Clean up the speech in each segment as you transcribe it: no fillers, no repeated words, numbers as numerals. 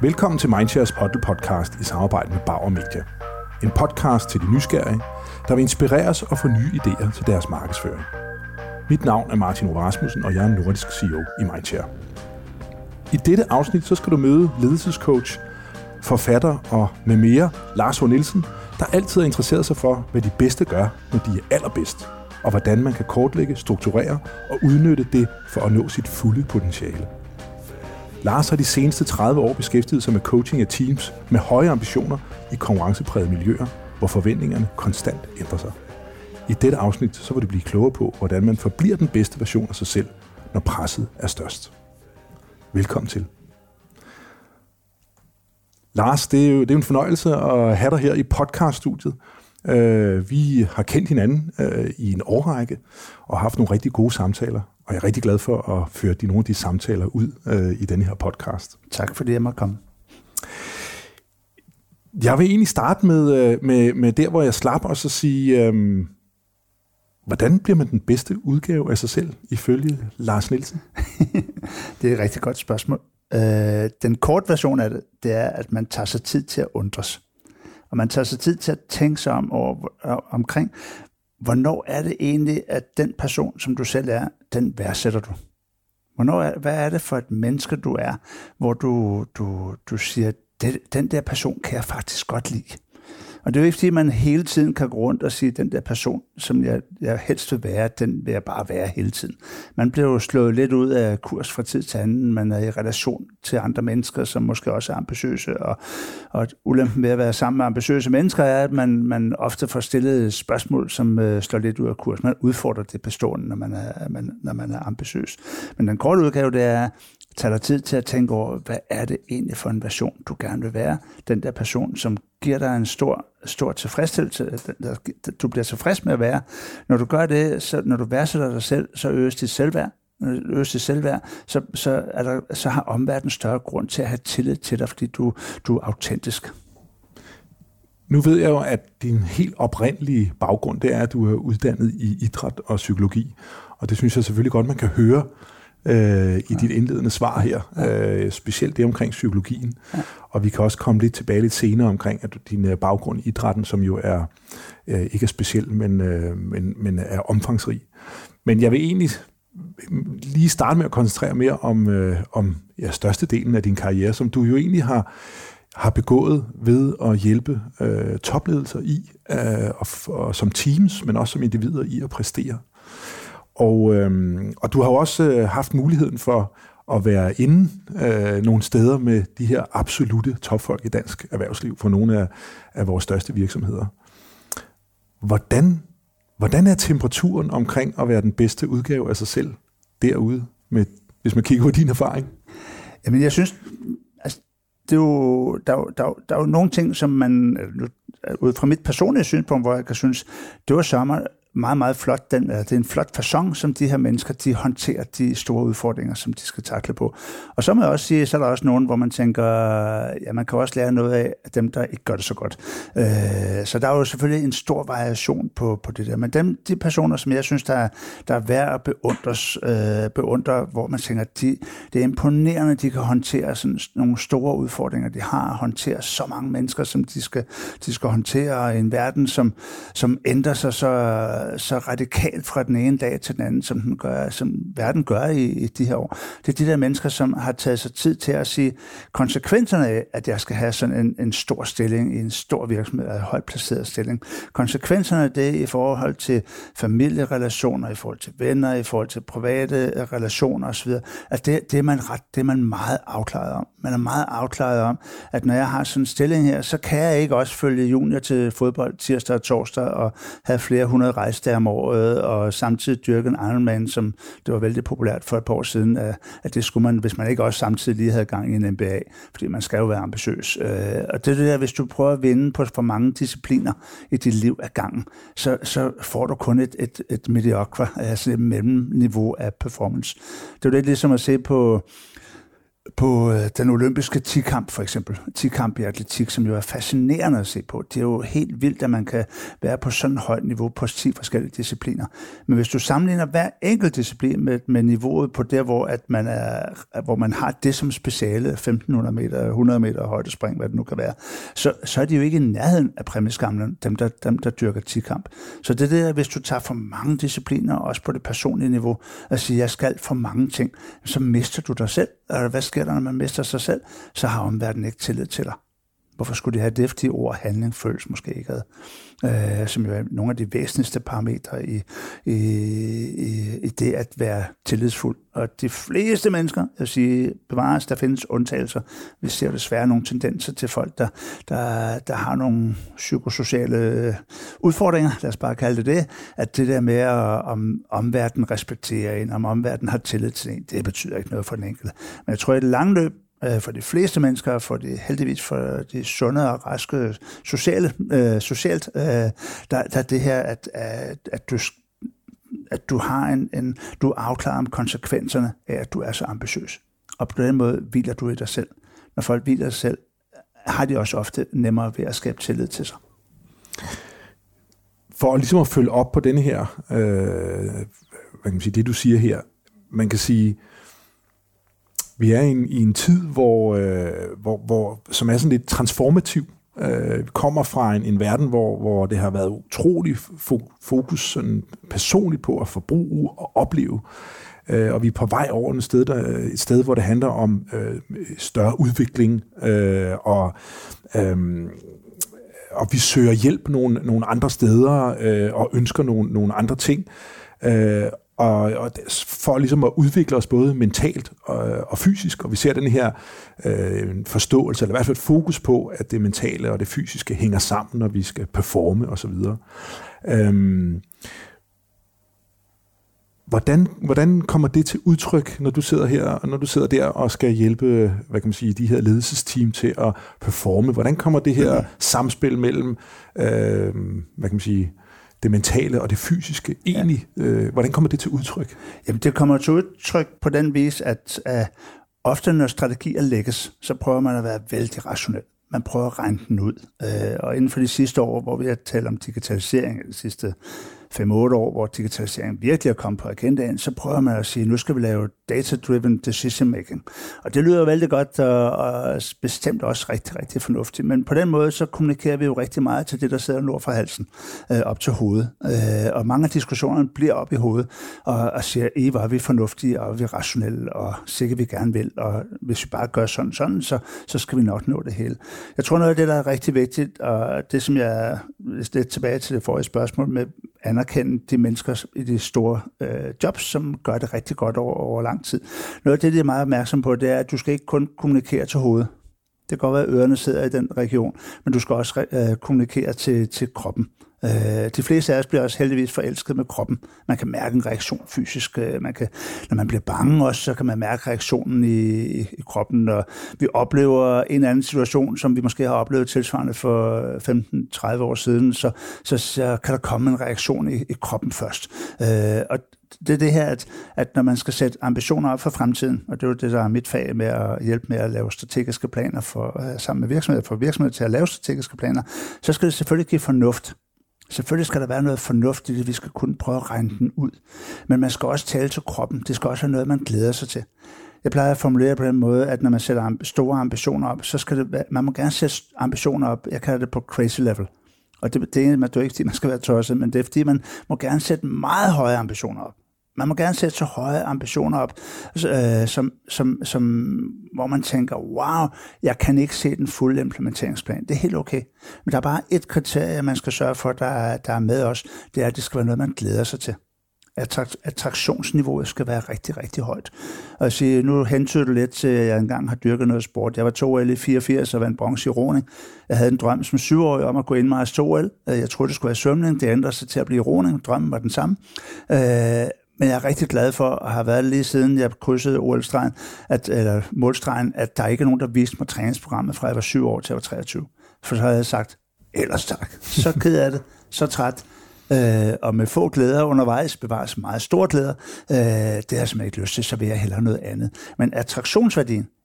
Velkommen til Mindshares podcast i samarbejde med Bauer Media. En podcast til de nysgerrige, der vil inspireres og få nye idéer til deres markedsføring. Mit navn er Martin Ove Rasmussen, og jeg er nordisk CEO i Mindshare. I dette afsnit så skal du møde ledelsescoach, forfatter og med mere Lars H. Nielsen, der altid har interesseret sig for, hvad de bedste gør, når de er allerbedst, og hvordan man kan kortlægge, strukturere og udnytte det for at nå sit fulde potentiale. Lars har de seneste 30 år beskæftiget sig med coaching af teams med høje ambitioner i konkurrenceprægede miljøer, hvor forventningerne konstant ændrer sig. I dette afsnit så vil du blive klogere på, hvordan man forbliver den bedste version af sig selv, når presset er størst. Velkommen til. Lars, det er jo en fornøjelse at have dig her i podcaststudiet. Vi har kendt hinanden i en årrække og haft nogle rigtig gode samtaler, og jeg er rigtig glad for at føre nogle af de samtaler ud i denne her podcast. Tak fordi jeg måtte komme. Jeg vil egentlig starte med der, hvor jeg slap, og så sige, hvordan bliver man den bedste udgave af sig selv, ifølge Lars Nielsen? Det er et rigtig godt spørgsmål. Den korte version af det er, at man tager sig tid til at undres. Og man tager sig tid til at tænke sig omkring, hvornår er det egentlig, at den person, som du selv er, den værdsætter du? Hvad er det for et menneske, du er, hvor du siger, den der person kan jeg faktisk godt lide? Og det er jo ikke, fordi man hele tiden kan gå rundt og sige, den der person, som jeg helst vil være, den vil jeg bare være hele tiden. Man bliver jo slået lidt ud af kurs fra tid til anden. Man er i relation til andre mennesker, som måske også er ambitiøse. Og ulempen ved at være sammen med ambitiøse mennesker er, at man ofte får stillet spørgsmål, som slår lidt ud af kurs. Man udfordrer det bestående, når man er ambitiøs. Men den korte udgave, det er, tag dig tid til at tænke over, hvad er det egentlig for en version, du gerne vil være? Den der person, som giver dig en stor tilfredsstillelse, du bliver tilfreds med at være. Når du gør det, så når du værdsætter dig selv, så øges dit selvværd. Når du øges dit selvværd, så har omverdenen større grund til at have tillid til dig, fordi du er autentisk. Nu ved jeg jo, at din helt oprindelige baggrund, det er, at du er uddannet i idræt og psykologi. Og det synes jeg selvfølgelig godt, man kan høre i dit indledende svar her, specielt det omkring psykologien. Ja. Og vi kan også komme lidt tilbage lidt senere omkring at din baggrund i idrætten, som jo er ikke er speciel, men er omfangsrig. Men jeg vil egentlig lige starte med at koncentrere mere om størstedelen af din karriere, som du jo egentlig har begået ved at hjælpe topledelser i, og som teams, men også som individer i at præstere. Og du har jo også haft muligheden for at være inde nogle steder med de her absolute topfolk i dansk erhvervsliv for nogle af vores største virksomheder. Hvordan er temperaturen omkring at være den bedste udgave af sig selv derude, hvis man kigger på din erfaring? Jamen jeg synes, altså, det er jo, der er jo nogle ting, som man, ud fra mit personlige synspunkt, hvor jeg kan synes, det var sommer, meget, meget flot. Det er en flot facon, som de her mennesker, de håndterer de store udfordringer, som de skal takle på. Og så må jeg også sige, så er der også nogen, hvor man tænker, ja, man kan også lære noget af dem, der ikke gør det så godt. Så der er jo selvfølgelig en stor variation på det der. Men de personer, som jeg synes, der er værd at beundre, hvor man tænker, det er imponerende, de kan håndtere sådan nogle store udfordringer, de har at håndtere så mange mennesker, som de skal håndtere i en verden, som ændrer sig så radikalt fra den ene dag til den anden, som verden gør i de her år. Det er de der mennesker, som har taget sig tid til at sige, konsekvenserne af, at jeg skal have sådan en stor stilling i en stor virksomhed, en højt placeret stilling. Konsekvenserne af det i forhold til familierelationer, i forhold til venner, i forhold til private relationer osv., at det er man meget afklaret om. Man er meget afklaret om, at når jeg har sådan en stilling her, så kan jeg ikke også følge junior til fodbold tirsdag og torsdag og have flere 100 rejsedage om året, og samtidig dyrke en Ironman, som det var vældig populært for et par år siden, at det skulle man, hvis man ikke også samtidig lige havde gang i en MBA, fordi man skal jo være ambitiøs. Og det er det der, hvis du prøver at vinde på for mange discipliner i dit liv af gangen, så får du kun et mediocre, altså et mellemniveau af performance. Det er jo lidt ligesom at se på på den olympiske 10-kamp for eksempel. 10-kamp i atletik, som jo er fascinerende at se på. Det er jo helt vildt, at man kan være på sådan et højt niveau på 10 forskellige discipliner. Men hvis du sammenligner hver enkelt disciplin med niveauet på der, hvor man har det som speciale, 1500 meter, 100 meter højdespring, hvad det nu kan være, så er de jo ikke i nærheden af præmieskamlen, dem der dyrker 10-kamp. Så det der, hvis du tager for mange discipliner, også på det personlige niveau, og siger, jeg skal for mange ting, så mister du dig selv. Og hvad sker der, når man mister sig selv? Så har omverdenen ikke tillid til dig. Hvorfor skulle de have det? Fordi ord og handling føles måske ikke ad, som jo er nogle af de væsentligste parametre i det at være tillidsfuld. Og de fleste mennesker, jeg vil sige, bevares, der findes undtagelser. Vi ser desværre nogle tendenser til folk, der har nogle psykosociale udfordringer, lad os bare kalde det, at det der med, om omverdenen respekterer en, om omverdenen har tillid til en, det betyder ikke noget for den enkelte. Men jeg tror, i det lange løb, for de fleste mennesker, heldigvis for de sunde og raske socialt, der er det her, at du har du er afklaret om konsekvenserne af, at du er så ambitiøs. Og på den måde hviler du i dig selv. Når folk hviler sig selv, har de også ofte nemmere ved at skabe tillid til sig. For ligesom at følge op på denne her, hvad kan man sige, det du siger her, man kan sige, vi er i en tid, hvor som er sådan lidt transformativ. Vi kommer fra en verden, hvor det har været utrolig fokus sådan personligt på at forbruge og opleve. Og vi er på vej over et sted, hvor det handler om større udvikling, og vi søger hjælp nogle andre steder og ønsker nogle andre ting. Og for ligesom at udvikle os både mentalt og fysisk, og vi ser den her forståelse, eller i hvert fald fokus på, at det mentale og det fysiske hænger sammen, når vi skal performe osv. Hvordan kommer det til udtryk, når du sidder her, og når du sidder der og skal hjælpe, hvad kan man sige, de her ledelsesteam til at performe? Hvordan kommer det her samspil mellem, hvad kan man sige, det mentale og det fysiske egentlig? Hvordan kommer det til udtryk? Jamen, det kommer til udtryk på den vis, at ofte når strategier lægges, så prøver man at være vældig rationel. Man prøver at regne den ud. Og inden for de sidste år, hvor vi har talt om digitalisering, de sidste 5-8 år, hvor digitalisering virkelig er kommet på agendaen, så prøver man at sige, nu skal vi lave data-driven decision making. Og det lyder vældig godt og bestemt også rigtig, rigtig fornuftigt. Men på den måde, så kommunikerer vi jo rigtig meget til det, der sidder nord for halsen, op til hovedet. Og mange af diskussionerne bliver op i hovedet og siger, hvor er vi fornuftige, og er vi rationelle, og sikkert vi gerne vil. Og hvis vi bare gør sådan, så skal vi nok nå det hele. Jeg tror noget af det, der er rigtig vigtigt, og det som jeg lidt tilbage til det forrige spørgsmål med anerkende de mennesker i de store jobs, som gør det rigtig godt over lang tid. Noget af det, de er meget opmærksom på, det er, at du skal ikke kun kommunikere til hovedet. Det kan godt være, at ørerne sidder i den region, men du skal også kommunikere til kroppen. De fleste af os bliver også heldigvis forelsket med kroppen. Man kan mærke en reaktion fysisk. Når man bliver bange også, så kan man mærke reaktionen i kroppen. Og vi oplever en anden situation, som vi måske har oplevet tilsvarende for 15-30 år siden, så kan der komme en reaktion i kroppen først. Og det er det her, at når man skal sætte ambitioner op for fremtiden, og det er jo det, der er mit fag med at hjælpe med at lave strategiske planer sammen med virksomheder, for virksomheder til at lave strategiske planer, så skal det selvfølgelig give fornuft. Selvfølgelig skal der være noget fornuftigt, vi skal kunne prøve at regne den ud. Men man skal også tale til kroppen. Det skal også være noget, man glæder sig til. Jeg plejer at formulere på den måde, at når man sætter store ambitioner op, så skal man må gerne sætte ambitioner op. Jeg kalder det på crazy level. Og det er jo ikke, fordi man skal være tosset, men det er, fordi man må gerne sætte meget høje ambitioner op. Man må gerne sætte så høje ambitioner op, hvor man tænker, wow, jeg kan ikke se den fulde implementeringsplan. Det er helt okay. Men der er bare et kriterie, man skal sørge for, der er med os. Det er, at det skal være noget, man glæder sig til. Attraktionsniveauet skal være rigtig, rigtig højt. Og nu hentyder du lidt til, at jeg engang har dyrket noget sport. Jeg var 2L i 84 og vandt bronze i roning. Jeg havde en drøm som 7-årig om at gå ind med 2L. Jeg troede, det skulle være svømning. Det ændrede sig til at blive roning. Drømmen var den samme. Men jeg er rigtig glad for at have været lige siden jeg krydsede OL-stregen, eller målstregen, at der ikke er nogen, der viste mig træningsprogrammet fra jeg var 7 år til jeg var 23. For så havde jeg sagt, ellers tak. Så ked af det, så træt. Og med få glæder undervejs bevares meget store glæder. Det har jeg simpelthen ikke lyst til, så vil jeg hellere noget andet. Men attraktionsværdien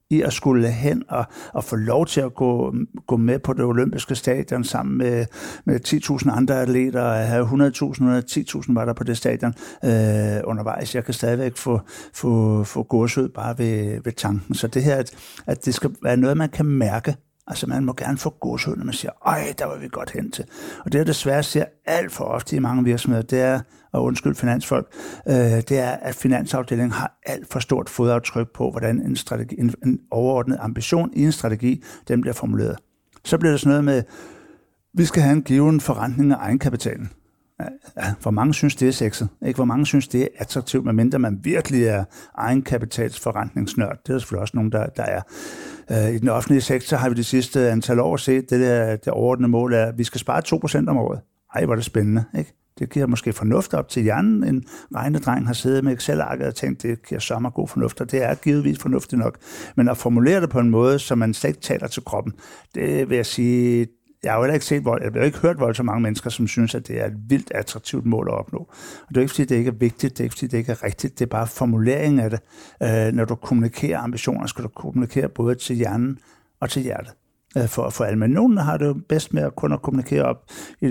i at skulle hen og få lov til at gå med på det olympiske stadion sammen med 10.000 andre atleter, og have 100.000, 110.000 var der på det stadion undervejs. Jeg kan stadigvæk få gåsehud bare ved tanken. Så det her, at det skal være noget, man kan mærke. Altså man må gerne få gåsehud, når man siger, ej, der var vi godt hen til. Og det, jeg desværre ser alt for ofte i mange virksomheder, det er, og undskyld finansfolk, det er, at finansafdelingen har alt for stort fodaftryk på, hvordan en overordnet ambition i en strategi, den bliver formuleret. Så bliver det sådan noget med, vi skal have en given forrentning af egenkapitalen. Ja, hvor mange synes, det er sexet? Ikke? Hvor mange synes, det er attraktivt, medmindre man virkelig er egenkapitalsforrentningsnørd. Det er selvfølgelig også nogen, der er. I den offentlige sektor har vi de sidste antal år set, det overordnede mål er, at vi skal spare 2% om året. Ej, hvor er det spændende, ikke? Det giver måske fornuft op til hjernen. En regnedreng har siddet med Excel-arket og tænkt, det giver sommer god fornuft, og det er givetvis fornuftigt nok. Men at formulere det på en måde, så man slet ikke taler til kroppen, det vil jeg sige, jeg har jo ikke hørt voldsomt mange mennesker, som synes, at det er et vildt attraktivt mål at opnå. Og det er ikke, fordi det ikke er vigtigt, det er ikke, fordi det ikke er rigtigt, det er bare formuleringen af det. Når du kommunikerer ambitioner, skal du kommunikere både til hjernen og til hjertet. For alle. Men nogen har det jo bedst med at kunne kommunikere op i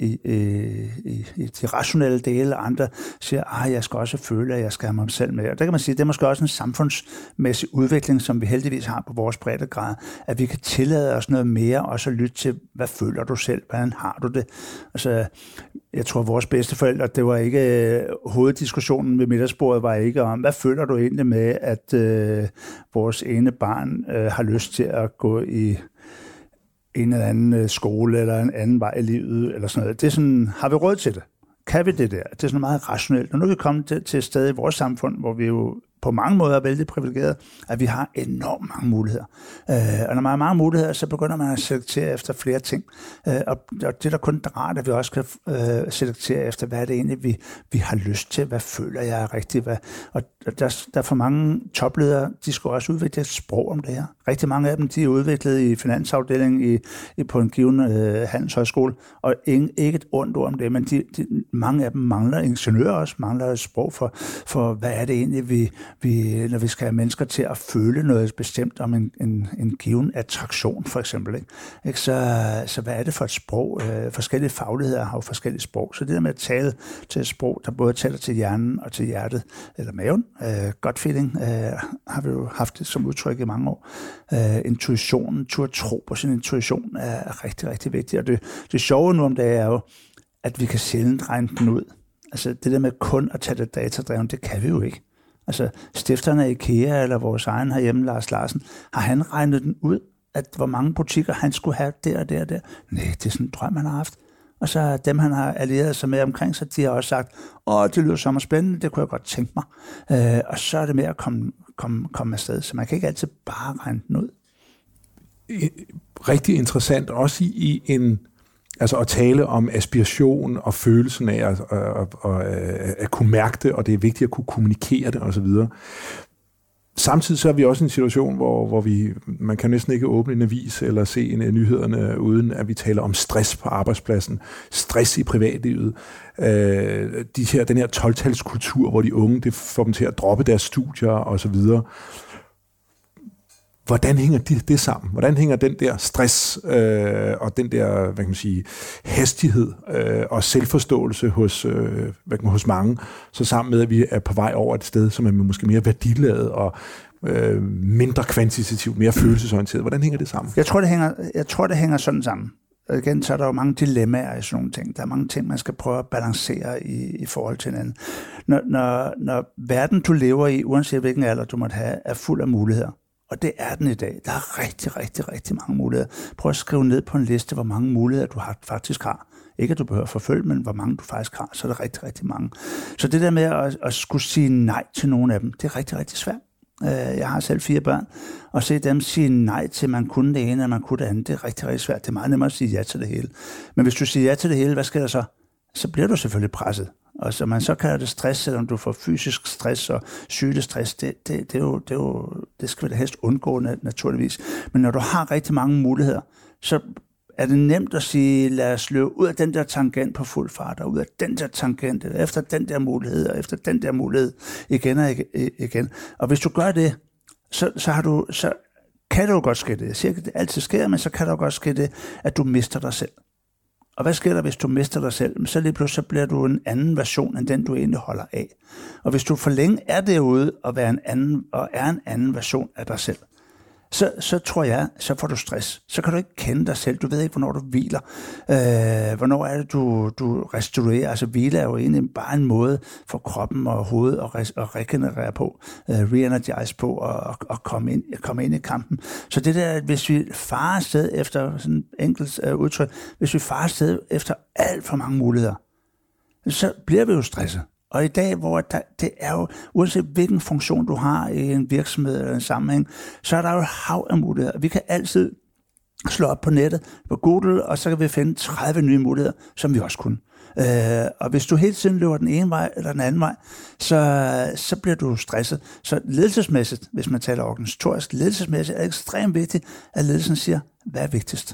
de rationelle dele, og andre siger, jeg skal også føle, at jeg skal have mig selv med. Og der kan man sige, det er måske også en samfundsmæssig udvikling, som vi heldigvis har på vores breddegrad, at vi kan tillade os noget mere, og så lytte til, hvad føler du selv, hvordan har du det? Altså, jeg tror, vores bedsteforældre, det var ikke hoveddiskussionen ved middagsbordet, var ikke om, hvad føler du egentlig med, at vores ene barn har lyst til at gå i en eller anden skole, eller en anden vej i livet, eller sådan noget. Det er sådan, har vi råd til det? Kan vi det der? Det er sådan meget rationelt. Og nu er vi kommet til et sted i vores samfund, hvor vi jo på mange måder er vældig privilegeret, at vi har enormt mange muligheder. Og når man har mange muligheder, så begynder man at selektere efter flere ting. Og det er da kun rart, at vi også kan selektere efter, hvad er det egentlig, vi har lyst til, hvad føler jeg er rigtigt. Og der er for mange topledere, de skal også udvikle et sprog om det her. Rigtig mange af dem, de er udviklet i finansafdelingen på en given handelshøjskole, og ikke et ondt ord om det, men mange af dem mangler ingeniører også, mangler et sprog for hvad er det egentlig, når vi skal have mennesker til at føle noget bestemt om en given attraktion, for eksempel. Ikke? Så hvad er det for et sprog? Forskellige fagligheder har jo forskellige sprog. Så det der med at tale til et sprog, der både taler til hjernen og til hjertet, eller maven, gut feeling, har vi jo haft det som udtryk i mange år. Intuitionen, at tro på sin intuition, er rigtig, rigtig vigtigt. Og det sjove nu om dagen er jo, at vi kan sjældent regne den ud. Altså det der med kun at tage det datadreven, det kan vi jo ikke. Altså stifterne af IKEA eller vores egen herhjemme, Lars Larsen, har han regnet den ud, at hvor mange butikker han skulle have der og der og der? Nej, det er sådan en drøm, han har haft. Og så dem, han har allieret sig med omkring sig, de har også sagt, det lyder så spændende, det kunne jeg godt tænke mig. Og så er det med at komme afsted, så man kan ikke altid bare regne den ud. Rigtig interessant, også i en... Altså at tale om aspiration og følelsen af at kunne mærke det, og det er vigtigt at kunne kommunikere det osv. Samtidig så er vi også i en situation, hvor man kan næsten ikke åbne en avis eller se nyhederne, uden at vi taler om stress på arbejdspladsen, stress i privatlivet, den her 12-talskultur, hvor de unge, det får dem til at droppe deres studier osv. Hvordan hænger det sammen? Hvordan hænger den der stress og den der, hvad kan man sige, hastighed og selvforståelse hos mange, så sammen med, at vi er på vej over et sted, som er måske mere værdiladet og mindre kvantitativt, mere følelsesorienteret. Hvordan hænger det sammen? Jeg tror, det hænger sådan sammen. Og igen, så er der jo mange dilemmaer i sådan nogle ting. Der er mange ting, man skal prøve at balancere i forhold til hinanden. Når verden, du lever i, uanset hvilken alder du måtte have, er fuld af muligheder, og det er den i dag. Der er rigtig, rigtig, rigtig mange muligheder. Prøv at skrive ned på en liste, hvor mange muligheder du faktisk har. Ikke at du behøver forfølge, men hvor mange du faktisk har, så er der rigtig, rigtig mange. Så det der med at skulle sige nej til nogle af dem, det er rigtig, rigtig svært. Jeg har selv 4 børn, og se dem sige nej til, at man kunne det ene, og man kunne det andet, det er rigtig, rigtig svært. Det er meget nemmere at sige ja til det hele. Men hvis du siger ja til det hele, hvad sker der så? Så bliver du selvfølgelig presset. Og så man så kalder det stress, selvom du får fysisk stress og psykisk stress, det skal vi da helst undgå naturligvis. Men når du har rigtig mange muligheder, så er det nemt at sige, lad os løbe ud af den der tangent på fuld fart, og ud af den der tangent, efter den der mulighed, og efter den der mulighed, igen og igen. Og hvis du gør det, så kan det jo godt ske det. Jeg siger ikke, at det altid sker, men så kan det jo godt ske det, at du mister dig selv. Og hvad sker der, hvis du mister dig selv? Så lige pludselig bliver du en anden version, end den du egentlig holder af. Og hvis du for længe er derude og er en anden version af dig selv, så tror jeg, så får du stress. Så kan du ikke kende dig selv. Du ved ikke, hvornår du hviler. Hvornår er det, du restaurerer. Altså hvile er jo egentlig bare en måde for kroppen og hovedet at regenerere på, re-energize på og komme ind i kampen. Så det der, hvis vi farer afsted efter sådan et enkelt udtryk, hvis vi farer afsted efter alt for mange muligheder, så bliver vi jo stresset. Og i dag, hvor det er jo, uanset hvilken funktion du har i en virksomhed eller en sammenhæng, så er der jo et hav af muligheder. Vi kan altid slå op på nettet, på Google, og så kan vi finde 30 nye muligheder, som vi også kunne. Og hvis du hele tiden løber den ene vej eller den anden vej, så bliver du stresset. Så ledelsesmæssigt, hvis man taler organisatorisk, ledelsesmæssigt er det ekstremt vigtigt, at ledelsen siger, hvad er vigtigst?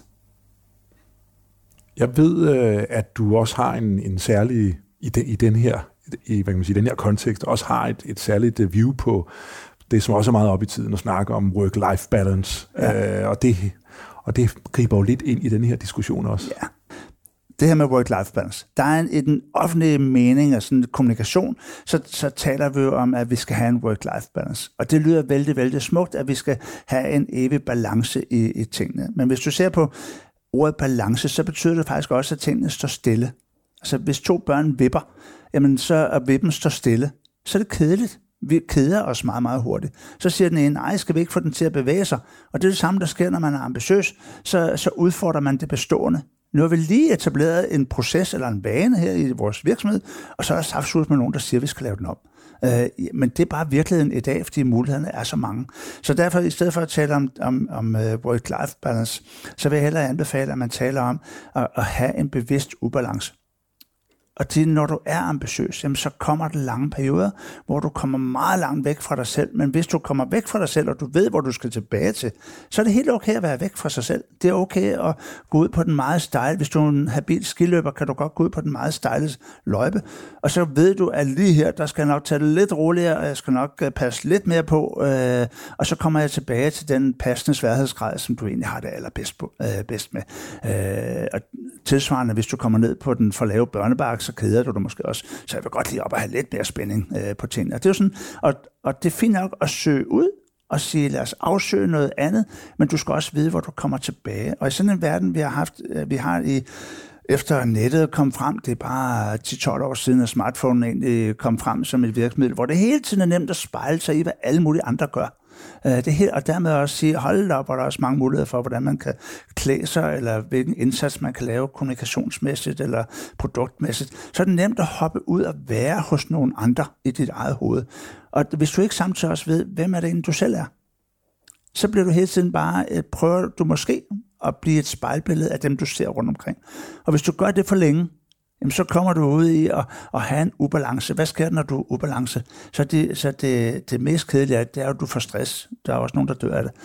Jeg ved, at du også har en særlig i den her den her kontekst, også har et særligt view på det, som også er meget op i tiden at snakke om work-life balance. Ja. Og det griber jo lidt ind i den her diskussion også. Ja. Det her med work-life balance. Der er i den offentlige mening og sådan kommunikation, så taler vi jo om, at vi skal have en work-life balance. Og det lyder vældig, vældig smukt, at vi skal have en evig balance i tingene. Men hvis du ser på ordet balance, så betyder det faktisk også, at tingene står stille. Altså hvis 2 børn vipper, jamen så vippen står stille, så er det kedeligt. Vi keder os meget, meget hurtigt. Så siger den ene, nej, skal vi ikke få den til at bevæge sig? Og det er det samme, der sker, når man er ambitiøs. Så udfordrer man det bestående. Nu har vi lige etableret en proces eller en vane her i vores virksomhed, og så er der saftsus med nogen, der siger, at vi skal lave den op. Men det er bare virkeligheden i dag, fordi mulighederne er så mange. Så derfor, i stedet for at tale om work-life balance, så vil jeg hellere anbefale, at man taler om at have en bevidst ubalance. Og når du er ambitiøs, jamen, så kommer der lange perioder, hvor du kommer meget langt væk fra dig selv. Men hvis du kommer væk fra dig selv, og du ved, hvor du skal tilbage til, så er det helt okay at være væk fra sig selv. Det er okay at gå ud på den meget stejle. Hvis du er en habil skiløber, kan du godt gå ud på den meget stejle løjpe. Og så ved du, at lige her, der skal jeg nok tage det lidt roligere, og jeg skal nok passe lidt mere på. Og så kommer jeg tilbage til den passende sværhedsgrad, som du egentlig har det allerbedst bedst med. Og tilsvarende, hvis du kommer ned på den for lave børnebakke, så keder du dig måske også. Så jeg vil godt lige op og have lidt mere spænding på tingene. Og det er jo sådan, og det er fint nok at søge ud og sige, lad os afsøge noget andet, men du skal også vide, hvor du kommer tilbage. Og i sådan en verden, vi har efter nettet kom frem, det er bare 10-12 år siden, at smartphone egentlig kom frem som et virkemiddel, hvor det hele tiden er nemt at spejle sig i, hvad alle mulige andre gør. Og dermed også sige, hold op, hvor der er også mange muligheder for, hvordan man kan klæde sig, eller hvilken indsats man kan lave kommunikationsmæssigt eller produktmæssigt. Så er det nemt at hoppe ud og være hos nogle andre i dit eget hoved. Og hvis du ikke samtidig også ved, hvem er det egentlig, du selv er, så bliver du hele tiden prøver du måske at blive et spejlbillede af dem, du ser rundt omkring. Og hvis du gør det for længe, jamen så kommer du ud i at have en ubalance. Hvad sker der, når du er ubalance? Så det mest kedelige det er, at du får stress. Der er også nogen, der dør af det.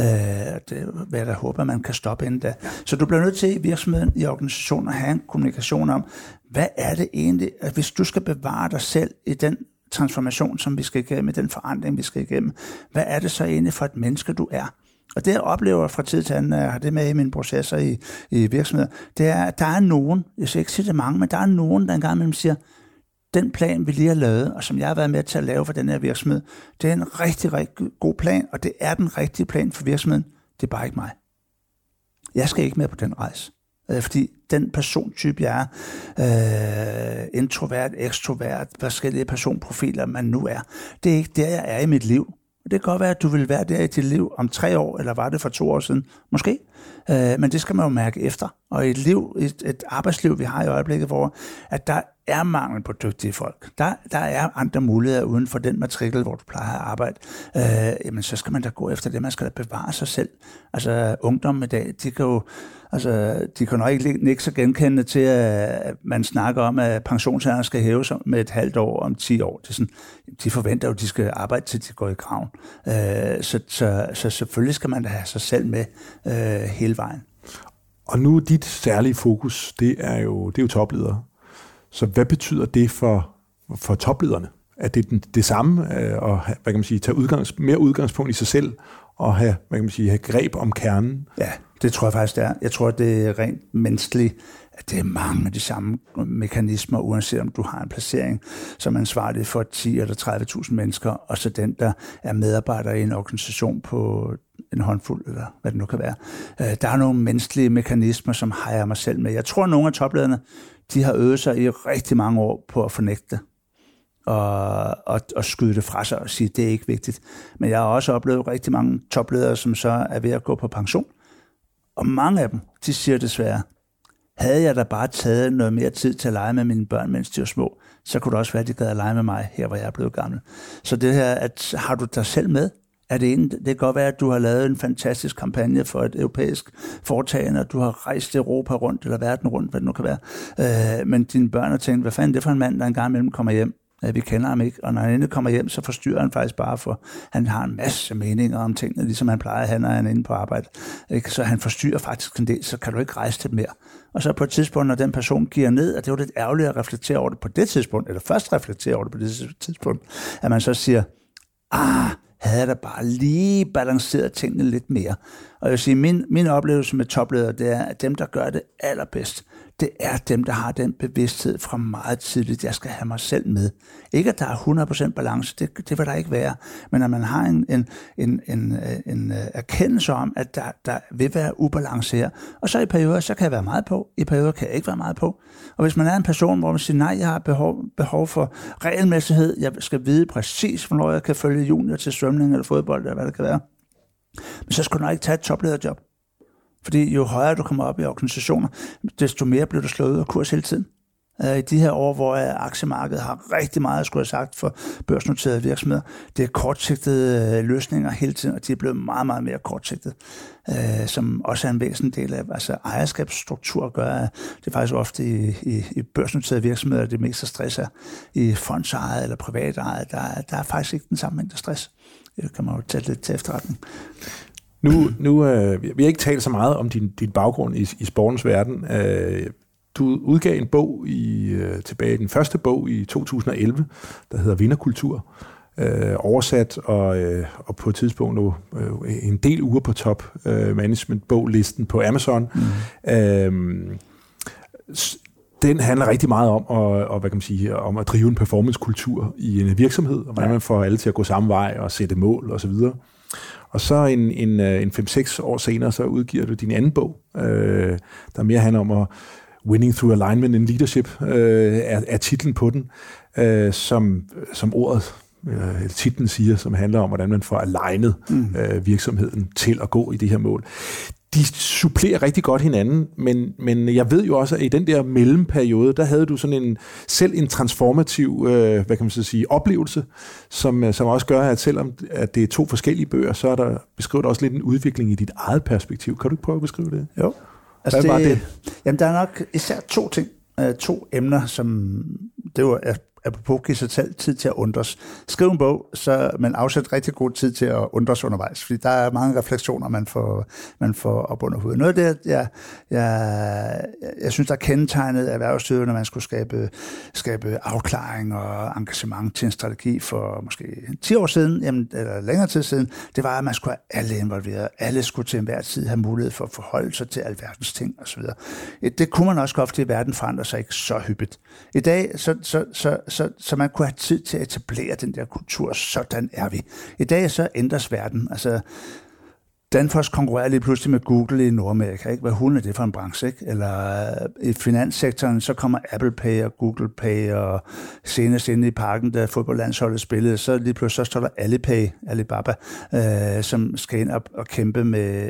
Det vil jeg da håbe, at man kan stoppe inden da. Så du bliver nødt til i virksomheden, i organisationen, at have en kommunikation om, hvad er det egentlig, at hvis du skal bevare dig selv i den transformation, som vi skal igennem, i den forandring, vi skal igennem, hvad er det så egentlig for et menneske, du er? Og det, jeg oplever fra tid til anden, når jeg har det med i mine processer i virksomheder, det er, at der er nogen, jeg skal ikke sige det mange, men der er nogen, der engang imellem siger, den plan, vi lige har lavet, og som jeg har været med til at lave for den her virksomhed, det er en rigtig, rigtig god plan, og det er den rigtige plan for virksomheden. Det er bare ikke mig. Jeg skal ikke med på den rejse. Fordi den persontype, jeg er, introvert, ekstrovert, forskellige personprofiler, man nu er, det er ikke der, jeg er i mit liv. Det kan godt være, at du vil være der i dit liv om 3 år, eller var det for 2 år siden? Måske. Men det skal man jo mærke efter. Og et arbejdsliv, vi har i øjeblikket, hvor at der er mangel på dygtige folk. Der er andre muligheder uden for den matrikel, hvor du plejer at arbejde. Jamen, så skal man da gå efter det. Man skal da bevare sig selv. Altså, ungdommen i dag, de kan nok ikke så genkende til, at man snakker om, at pensionsalderen skal hæves med et halvt år om 10 år. Det er sådan, de forventer jo, at de skal arbejde til de går i graven. Så selvfølgelig skal man da have sig selv med hele vejen. Og nu dit særlige fokus, det er jo topledere. Så hvad betyder det for toplederne, at det er det samme, og hvad kan man sige, tage mere udgangspunkt i sig selv, og have greb om kernen? Ja, det tror jeg faktisk, det er. Jeg tror, det er rent menneskeligt, at det er mange af de samme mekanismer, uanset om du har en placering, som er ansvarlig for 10 eller 30.000 mennesker, og så den, der er medarbejder i en organisation på en håndfuld, eller hvad det nu kan være. Der er nogle menneskelige mekanismer, som har jeg mig selv med. Jeg tror, at nogle af toplederne, de har øvet sig i rigtig mange år på at fornægte og skyde det fra sig og sige, at det er ikke vigtigt. Men jeg har også oplevet rigtig mange topledere, som så er ved at gå på pension. Og mange af dem, de siger desværre, havde jeg da bare taget noget mere tid til at lege med mine børn, mens de var små, så kunne det også være, at de gad at lege med mig, her hvor jeg er blevet gammel. Så det her, at har du dig selv med? Det kan godt være, at du har lavet en fantastisk kampagne for et europæisk foretagende, og du har rejst Europa rundt, eller verden rundt, hvad det nu kan være. Men dine børn har tænkt, hvad fanden er det for en mand, der engang imellem kommer hjem? Vi kender ham ikke, og når han endelig kommer hjem, så forstyrrer han faktisk bare, for han har en masse meninger om tingene, ligesom han plejer at have, når han er inde på arbejde. Så han forstyrrer faktisk en del, så kan du ikke rejse til mere. Og så på et tidspunkt, når den person giver ned, og det var lidt ærgerligt at reflektere over det på det tidspunkt, eller først reflektere over det på det tidspunkt, at man så siger, havde jeg da bare lige balanceret tingene lidt mere. Og jeg vil sige, min oplevelse med topledere, det er, at dem, der gør det allerbedst, det er dem, der har den bevidsthed fra meget tidligt, jeg skal have mig selv med. Ikke, at der er 100% balance, det vil der ikke være, men at man har en erkendelse om, at der vil være ubalance her. Og så i perioder, så kan jeg være meget på, i perioder kan jeg ikke være meget på. Og hvis man er en person, hvor man siger, nej, jeg har behov for regelmæssighed, jeg skal vide præcis, hvornår jeg kan følge junior til svømning eller fodbold, eller hvad det kan være, men så skal du nok ikke tage et toplederjob. Fordi jo højere du kommer op i organisationer, desto mere bliver du slået ud af kurs hele tiden. I de her år, hvor aktiemarkedet har rigtig meget, skulle jeg sagt, for børsnoterede virksomheder, det er kortsigtede løsninger hele tiden, og de er blevet meget, meget mere kortsigtede, som også er en væsentlig del af ejerskabsstruktur gør, at det er faktisk ofte i børsnoterede virksomheder, det mest stress er i fondsejet eller privatejet. Der er faktisk ikke den samme mængde stress. Det kan man jo tage lidt til efterretning. Nu vi har ikke talt så meget om din baggrund i sportens verden. Du udgav en bog den første bog i 2011, der hedder Vinderkultur, oversat og på et tidspunkt en del uger på top management-boglisten på Amazon. Den handler rigtig meget om at drive en performancekultur i en virksomhed, og hvordan man får alle til at gå samme vej og sætte mål osv. Og så en 5-6 år senere, så udgiver du din anden bog, der mere handler om at Winning Through Alignment in Leadership, er titlen på den, som ordet, titlen siger, som handler om, hvordan man får alignet virksomheden til at gå i det her mål. De supplerer rigtig godt hinanden, men jeg ved jo også, at i den der mellemperiode, der havde du sådan en transformativ, oplevelse, som også gør, at selvom at det er 2 forskellige bøger, så er der beskrevet også lidt en udvikling i dit eget perspektiv. Kan du ikke prøve at beskrive det? Jo. Altså hvad var det? Jamen, der er nok især 2 ting, 2 emner, som det var apropos give sig selv tid til at undres. Skriv en bog, men afsæt rigtig god tid til at undres undervejs, fordi der er mange refleksioner, man får op under hovedet. Noget af det, jeg synes, der er kendetegnet erhvervslivet, når man skulle skabe afklaring og engagement til en strategi for måske 10 år siden, eller længere tid siden, det var, at man skulle have alle involveret. Alle skulle til enhver tid have mulighed for at forholde sig til alverdens ting osv. Det kunne man også godt, fordi verden forandrer sig ikke så hyppigt. I dag, så man kunne have tid til at etablere den der kultur. Sådan er vi. I dag så ændres verden. Altså, Danfoss konkurrerer lige pludselig med Google i Nordamerika. Ikke? Hvad hulen er det for en branche? Ikke? Eller i finanssektoren, så kommer Apple Pay og Google Pay, og senest inde i parken, da fodboldlandsholdet spillede, så lige pludselig så står der Alibaba, som skal ind og kæmpe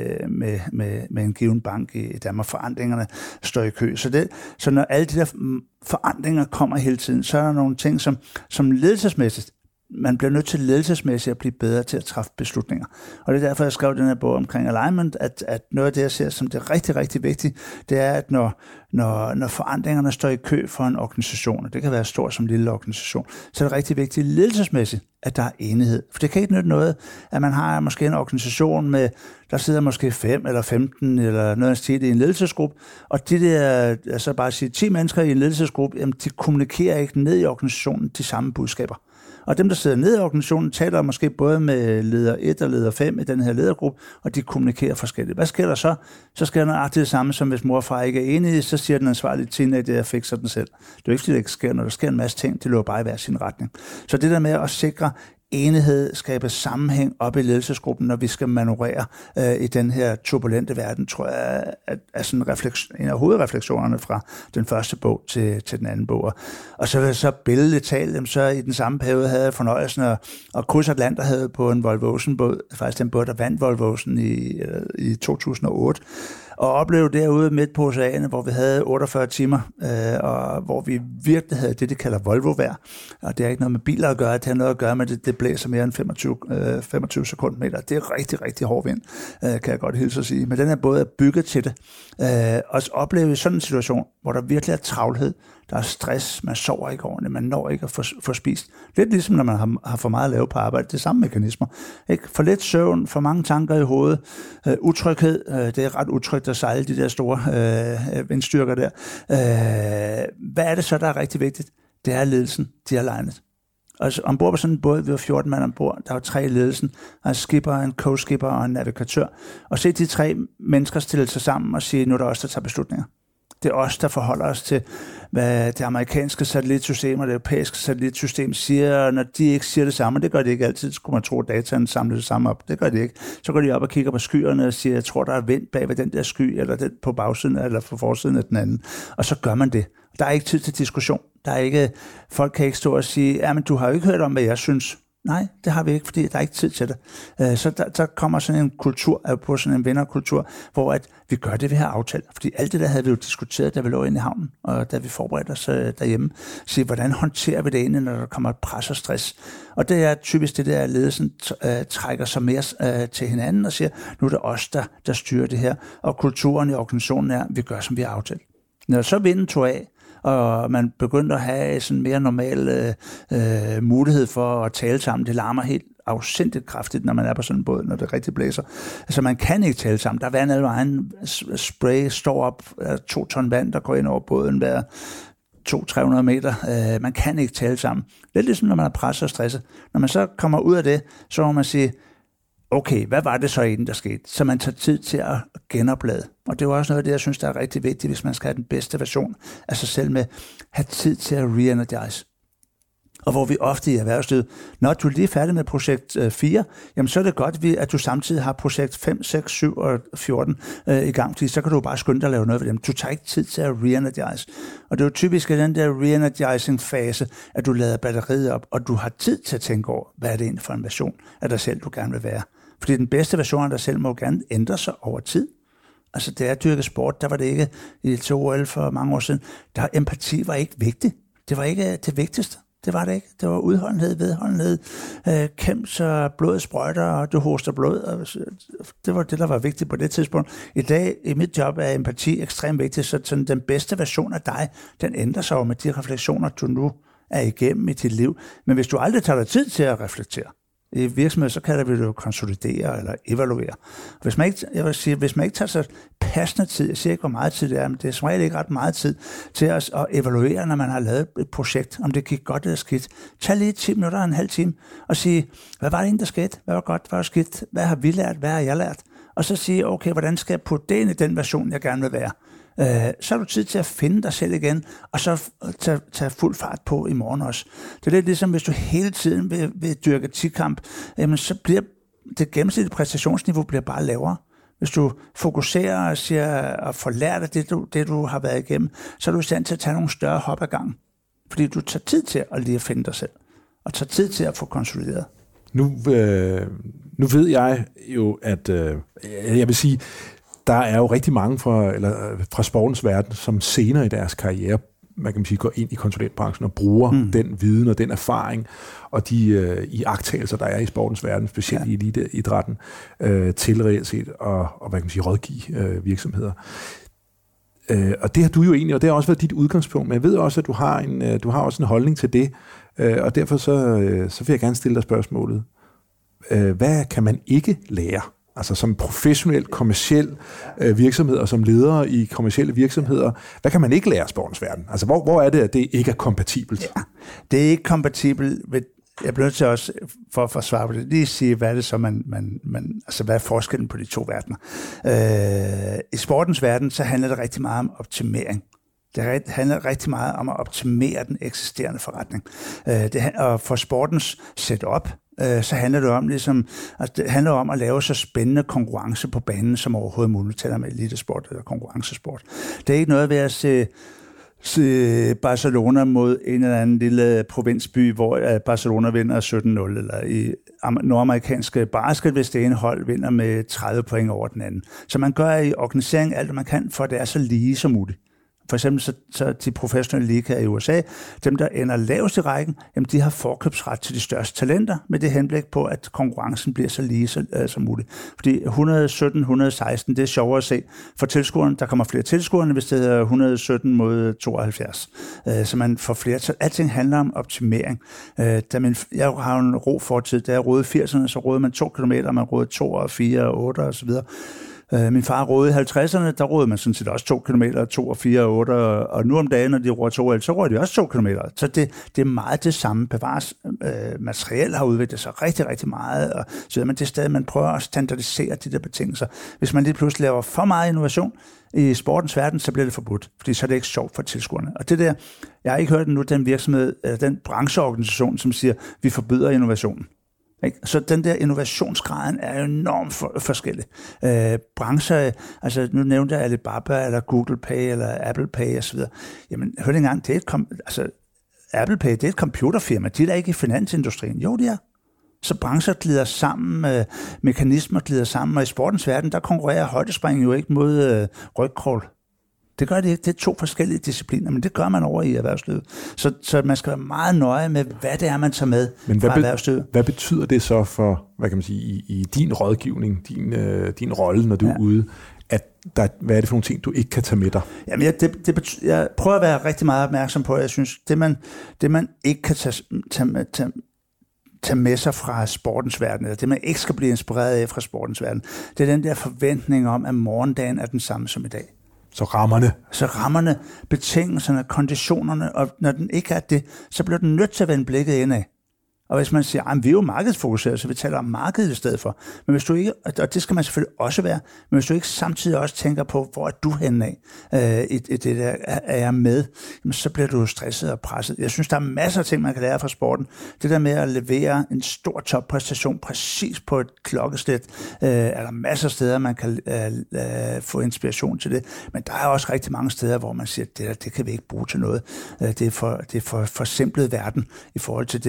med en given bank i Danmark. Forandringerne står i kø. Så når alle de der forandringer kommer hele tiden, så er der nogle ting, som ledelsesmæssigt, man bliver nødt til ledelsesmæssigt at blive bedre til at træffe beslutninger. Og det er derfor, jeg skrev den her bog omkring alignment, at noget af det, jeg ser som det rigtig, rigtig vigtigt, det er, at når forandringerne står i kø for en organisation, og det kan være stor som lille organisation, så er det rigtig vigtigt ledelsesmæssigt, at der er enighed. For det kan ikke nytte noget, at man har måske en organisation med, der sidder måske 5 eller 15 eller noget af stil i en ledelsesgruppe, og de der, altså bare sige 10 mennesker i en ledelsesgruppe, jamen, de kommunikerer ikke ned i organisationen de samme budskaber. Og dem, der sidder nede i organisationen, taler måske både med leder 1 og leder 5 i den her ledergruppe, og de kommunikerer forskelligt. Hvad sker der så? Så sker der nøjagtigt det samme, som hvis mor og far ikke er enige, så siger den ansvarlige teenager, at jeg fikser den selv. Det er jo ikke, fordi det ikke sker, når der sker en masse ting, det løber bare i hver sin retning. Så det der med at sikre enighed, skabe sammenhæng op i ledelsesgruppen, når vi skal manøvrere i den her turbulente verden, tror jeg, er sådan en af hovedrefleksionerne fra den første bog til den anden bog. Og så vil jeg så billedligt tale, så i den samme periode havde jeg fornøjelsen at krydse Atlanterhavet på en Volvo Ocean-båd, faktisk den båd, der vandt Volvo Ocean i 2008, og opleve derude midt på oceanet, hvor vi havde 48 timer, og hvor vi virkelig havde det, de kalder Volvo-vejr. Og det har ikke noget med biler at gøre, det har noget at gøre med, det blæser mere end 25 sekundmeter. Det er rigtig, rigtig hård vind, kan jeg godt hilse at sige. Men den her båd er bygget til det. Og opleve i sådan en situation, hvor der virkelig er travlhed, der er stress, man sover ikke ordentligt, man når ikke at få spist. Lidt ligesom når man har for meget at lave på arbejde, det er samme mekanismer. Ikke? For lidt søvn, for mange tanker i hovedet, utryghed, det er ret utrygt at sejle de der store vindstyrker der. Hvad er det så, der er rigtig vigtigt? Det er ledelsen, de har legnet. Og ombord på sådan en båd, vi var 14 mand ombord, der var 3 i ledelsen, en skipper, en co-skipper og en navigatør. Og se de 3 mennesker stille sig sammen og sige, nu er der os, der tager beslutninger. Det er os, der forholder os til, hvad det amerikanske satellitsystem og det europæiske satellitsystem siger, og når de ikke siger det samme, det gør de ikke altid, så kunne man tro, at dataen samler det samme op. Det gør de ikke. Så går de op og kigger på skyerne og siger, jeg tror, der er vind bag ved den der sky, eller den på bagsiden, eller på forsiden af den anden. Og så gør man det. Der er ikke tid til diskussion. Der er ikke, folk kan ikke stå og sige, ja, men du har jo ikke hørt om, hvad jeg synes. Nej, det har vi ikke, fordi der er ikke tid til det. Så der kommer sådan en kultur, på sådan en vennerkultur, hvor at vi gør det, vi har aftalt. Fordi alt det der havde vi jo diskuteret, da vi lå inde i havnen, og da vi forberedte os derhjemme. Så hvordan håndterer vi det egentlig, når der kommer et pres og stress? Og det er typisk det der, at ledelsen trækker sig mere til hinanden og siger, nu er det os, der styrer det her. Og kulturen i organisationen er, vi gør, som vi har aftalt. Når så vinden tog af, og man begyndte at have sådan mere normal mulighed for at tale sammen. Det larmer helt afsindigt kraftigt, når man er på sådan en båd, når det rigtig blæser. Altså man kan ikke tale sammen. Der er vand alle vejen. Spray står op, 2 ton vand, der går ind over båden hver 200-300 meter. Man kan ikke tale sammen. Lidt ligesom når man er presset og stresset. Når man så kommer ud af det, så må man sige, okay, hvad var det så egentlig, der skete? Så man tager tid til at genoplade. Og det er også noget af det, jeg synes, der er rigtig vigtigt, hvis man skal have den bedste version af sig selv med. Have tid til at re-energize. Og hvor vi ofte i erhvervslivet, når du er lige færdig med projekt 4, jamen så er det godt, at du samtidig har projekt 5, 6, 7 og 14 i gang, fordi så kan du bare skynde dig at lave noget ved dem. Du tager ikke tid til at re-energize. Og det er jo typisk i den der re-energizing-fase, at du lader batteriet op, og du har tid til at tænke over, hvad er det egentlig for en version af dig selv, du gerne vil være. Fordi den bedste version af dig selv må gerne ændre sig over tid. Altså det er dyrket sport, der var det ikke i OL for mange år siden. Der empati var ikke vigtig. Det var ikke det vigtigste. Det var det ikke. Det var udholdenhed, vedholdenhed, kæmp så blodet sprøjter, og du hoster blod. Det var det, der var vigtigt på det tidspunkt. I dag, i mit job, er empati ekstremt vigtigt, så sådan, den bedste version af dig, den ændrer sig over med de refleksioner, du nu er igennem i dit liv. Men hvis du aldrig tager dig tid til at reflektere, i virksomhed, så kalder vi det jo konsolidere eller evaluere. Hvis man ikke, jeg vil sige, hvis man ikke tager sig passende tid, jeg siger ikke, hvor meget tid det er, men det er som regel ikke ret meget tid til at evaluere, når man har lavet et projekt, om det gik godt eller skidt. Tag lige 10 minutter og en halv time og sige, hvad var det egentlig, der skete? Hvad var godt? Hvad var skidt? Hvad har vi lært? Hvad har jeg lært? Og så sige, okay, hvordan skal jeg putte det ind i den version, jeg gerne vil være? Så har du tid til at finde dig selv igen, og så tage fuld fart på i morgen også. Det er lidt ligesom, hvis du hele tiden vil dyrke 10-kamp, jamen så bliver det gennemsnitlige præstationsniveau bliver bare lavere. Hvis du fokuserer og siger, og får lært af det, du har været igennem, så er du i stand til at tage nogle større hop ad gangen. Fordi du tager tid til at lige finde dig selv, og tager tid til at få konsolideret. Nu ved jeg jo, at jeg vil sige, der er jo rigtig mange fra sportens verden, som senere i deres karriere, man kan sige, går ind i konsulentbranchen og bruger den viden og den erfaring og de iagttagelser, der er i sportens verden, specielt i eliteidrætten, til reelt set og hvad kan man sige, rådgive virksomheder. Og det har du jo egentlig, og det har også været dit udgangspunkt, men jeg ved også, at du har også en holdning til det, og derfor så vil jeg gerne stille dig spørgsmålet. Hvad kan man ikke lære? Altså som professionel, kommerciel virksomhed og som ledere i kommercielle virksomheder, hvad kan man ikke lære af sportens verden? Altså hvor er det, at det ikke er kompatibelt? Ja, det er ikke kompatibelt jeg bliver nødt til også, for at forsvare på det, lige sige, hvad er det så, altså hvad er forskellen på de to verdener. I sportens verden, så handler det rigtig meget om optimering. Det handler rigtig meget om at optimere den eksisterende forretning. Og for sportens setup, så handler det om, det handler om at lave så spændende konkurrence på banen, som overhovedet muligt, taler med elitesport eller konkurrencesport. Det er ikke noget ved at se Barcelona mod en eller anden lille provinsby, hvor Barcelona vinder 17-0, eller i nordamerikanske basket, hvis det ene hold vinder med 30 point over den anden. Så man gør i organiseringen alt, hvad man kan, for at det er så lige som muligt. For eksempel så de professionelle ligaer i USA, dem der ender lavest i rækken, jamen de har forkøbsret til de største talenter, med det henblik på, at konkurrencen bliver så lige som muligt. Fordi 117-116, det er sjovere at se for tilskuerne. Der kommer flere tilskuere, hvis det hedder 117 mod 72. Så man får flere. Så alting handler om optimering. Jeg har en ro fortid, da jeg rådede 80'erne, så rådede man 2 kilometer, man rådede 2 og 4 og 8 og så videre. Min far rådede i 50'erne, der rådede man sådan set også 2 kilometer, 2 og 4 og 8, og nu om dagen, når de råder 2, så råder de også 2 kilometer. Så det er meget det samme. Materiel har udviklet sig rigtig, rigtig meget, og så men det er stadig, man prøver at standardisere de der betingelser. Hvis man lige pludselig laver for meget innovation i sportens verden, så bliver det forbudt, fordi så er det ikke sjovt for tilskuerne. Og det der, jeg har ikke hørt nu den virksomhed, den brancheorganisation, som siger, vi forbyder innovationen. Så den der innovationsgraden er enormt forskellig. Brancher, altså nu nævnte jeg Alibaba, eller Google Pay, eller Apple Pay osv. Jamen, hør det engang, det er Apple Pay, det er et computerfirma, de er da ikke i finansindustrien. Jo, det er. Så brancher glider sammen, mekanismer glider sammen, og i sportens verden, der konkurrerer højdespring jo ikke mod rygcrawl. Det gør det ikke. Det er 2 forskellige discipliner, men det gør man over i erhvervslivet. Så man skal være meget nøje med, hvad det er, man tager med fra erhvervslivet. Hvad betyder det så for, hvad kan man sige, i din rådgivning, din rolle, når du er ude, hvad er det for nogle ting, du ikke kan tage med dig? Jamen, jeg prøver at være rigtig meget opmærksom på, at jeg synes, det man ikke kan tage med sig fra sportens verden, eller det man ikke skal blive inspireret af fra sportens verden, det er den der forventning om, at morgendagen er den samme som i dag. Så rammerne, betingelserne, konditionerne, og når den ikke er det, så bliver den nødt til at vende blikket indad. Og hvis man siger, at vi er jo markedsfokuseret, så vi taler om markedet i stedet for. Men hvis du ikke, og det skal man selvfølgelig også være, men hvis du ikke samtidig også tænker på, hvor er du henne af, i det der er jeg med, så bliver du stresset og presset. Jeg synes, der er masser af ting, man kan lære fra sporten. Det der med at levere en stor toppræstation præcis på et klokkeslæt, er der masser af steder, man kan få inspiration til det. Men der er også rigtig mange steder, hvor man siger, det kan vi ikke bruge til noget. Det er for forsimplet verden i forhold til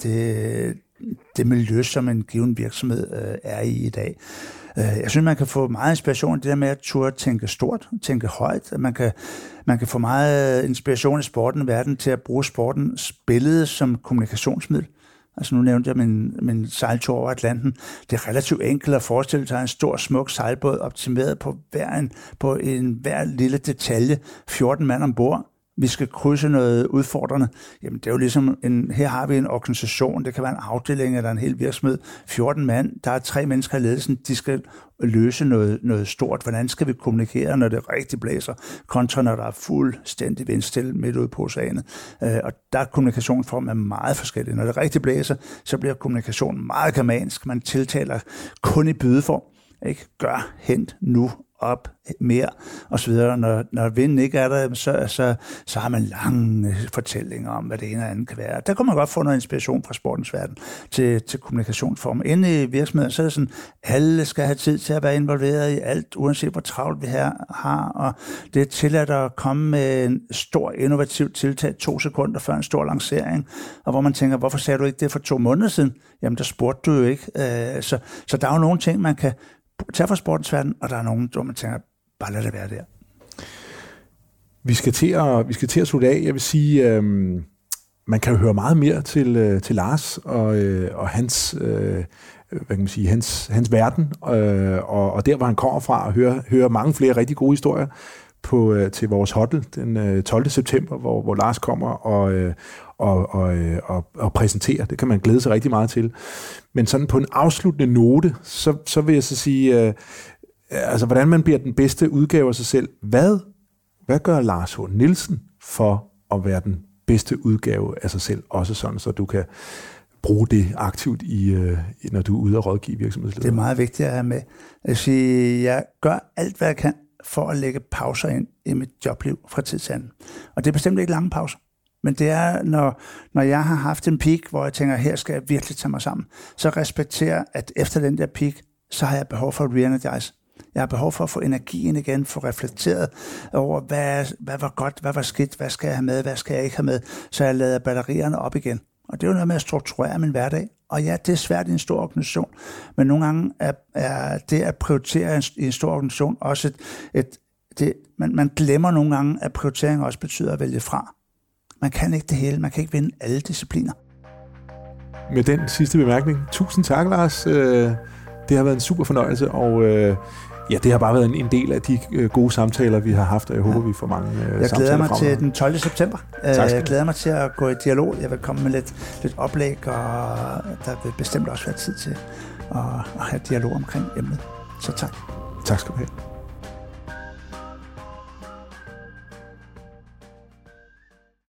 det miljø, som en given virksomhed er i dag. Jeg synes, man kan få meget inspiration i det der med at turde tænke stort, tænke højt. Man kan få meget inspiration i sporten i verden til at bruge sportens billede som kommunikationsmiddel. Altså nu nævnte jeg min sejltur over Atlanten. Det er relativt enkelt at forestille sig en stor, smuk sejlbåd optimeret på hver lille detalje. 14 mand ombord. Vi skal krydse noget udfordrende. Jamen, det er jo ligesom, her har vi en organisation, det kan være en afdeling eller en hel virksomhed. 14 mand, der er 3 mennesker i ledelsen, de skal løse noget stort. Hvordan skal vi kommunikere, når det rigtig blæser, kontra når der er fuldstændig vindstille midt ude på oceanet. Og der er kommunikationsform er meget forskellig. Når det rigtig blæser, så bliver kommunikation meget germansk. Man tiltaler kun i bydeform. Ikke? Gør, hent, nu, op, mere, og så videre. Når vinden ikke er der, så har man lange fortællinger om, hvad det ene og andet kan være. Der kan man godt få noget inspiration fra sportens verden til kommunikationsform. Inde i virksomheden, så er det sådan, alle skal have tid til at være involveret i alt, uanset hvor travlt vi her har, og det er tilladt at komme med en stor innovativ tiltag 2 sekunder før en stor lancering, og hvor man tænker, hvorfor sagde du ikke det for 2 måneder siden? Jamen, der spurgte du jo ikke. Så der er jo nogle ting, man kan tage fra sportens verden, og der er nogen, hvor man tænker, bare lad det være der. Vi skal til at slutte af. Jeg vil sige, man kan jo høre meget mere til Lars og hans, hvad kan man sige, hans verden, og der, hvor han kommer fra, og høre mange flere rigtig gode historier til vores huddle den 12. september, hvor Lars kommer og præsenterer. Det kan man glæde sig rigtig meget til. Men sådan på en afsluttende note, så vil jeg så sige, altså hvordan man bliver den bedste udgave af sig selv. Hvad gør Lars H. Nielsen for at være den bedste udgave af sig selv? Også sådan, så du kan bruge det aktivt, når du er ude og rådgive virksomhedsledere? Det er meget vigtigt at have med. Jeg gør alt, hvad jeg kan for at lægge pauser ind i mit jobliv fra tid til anden. Og det er bestemt ikke lange pauser. Men det er, når jeg har haft en peak, hvor jeg tænker, her skal jeg virkelig tage mig sammen, så respekterer, at efter den der peak, så har jeg behov for at re-energize. Jeg har behov for at få energien igen, få reflekteret over, hvad var godt, hvad var skidt, hvad skal jeg have med, hvad skal jeg ikke have med, så jeg lader batterierne op igen. Og det er jo noget med at strukturere min hverdag. Og ja, det er svært i en stor organisation, men nogle gange er det at prioritere i en stor organisation også man glemmer nogle gange, at prioritering også betyder at vælge fra. Man kan ikke det hele, man kan ikke vinde alle discipliner. Med den sidste bemærkning, tusind tak, Lars. Det har været en super fornøjelse, og det har bare været en del af de gode samtaler, vi har haft, og jeg håber, vi får mange samtaler Jeg glæder mig fremover. til den 12. september. Jeg glæder mig til at gå i dialog. Jeg vil komme med lidt oplæg, og der vil bestemt også være tid til at have dialog omkring emnet. Så tak. Tak skal du have.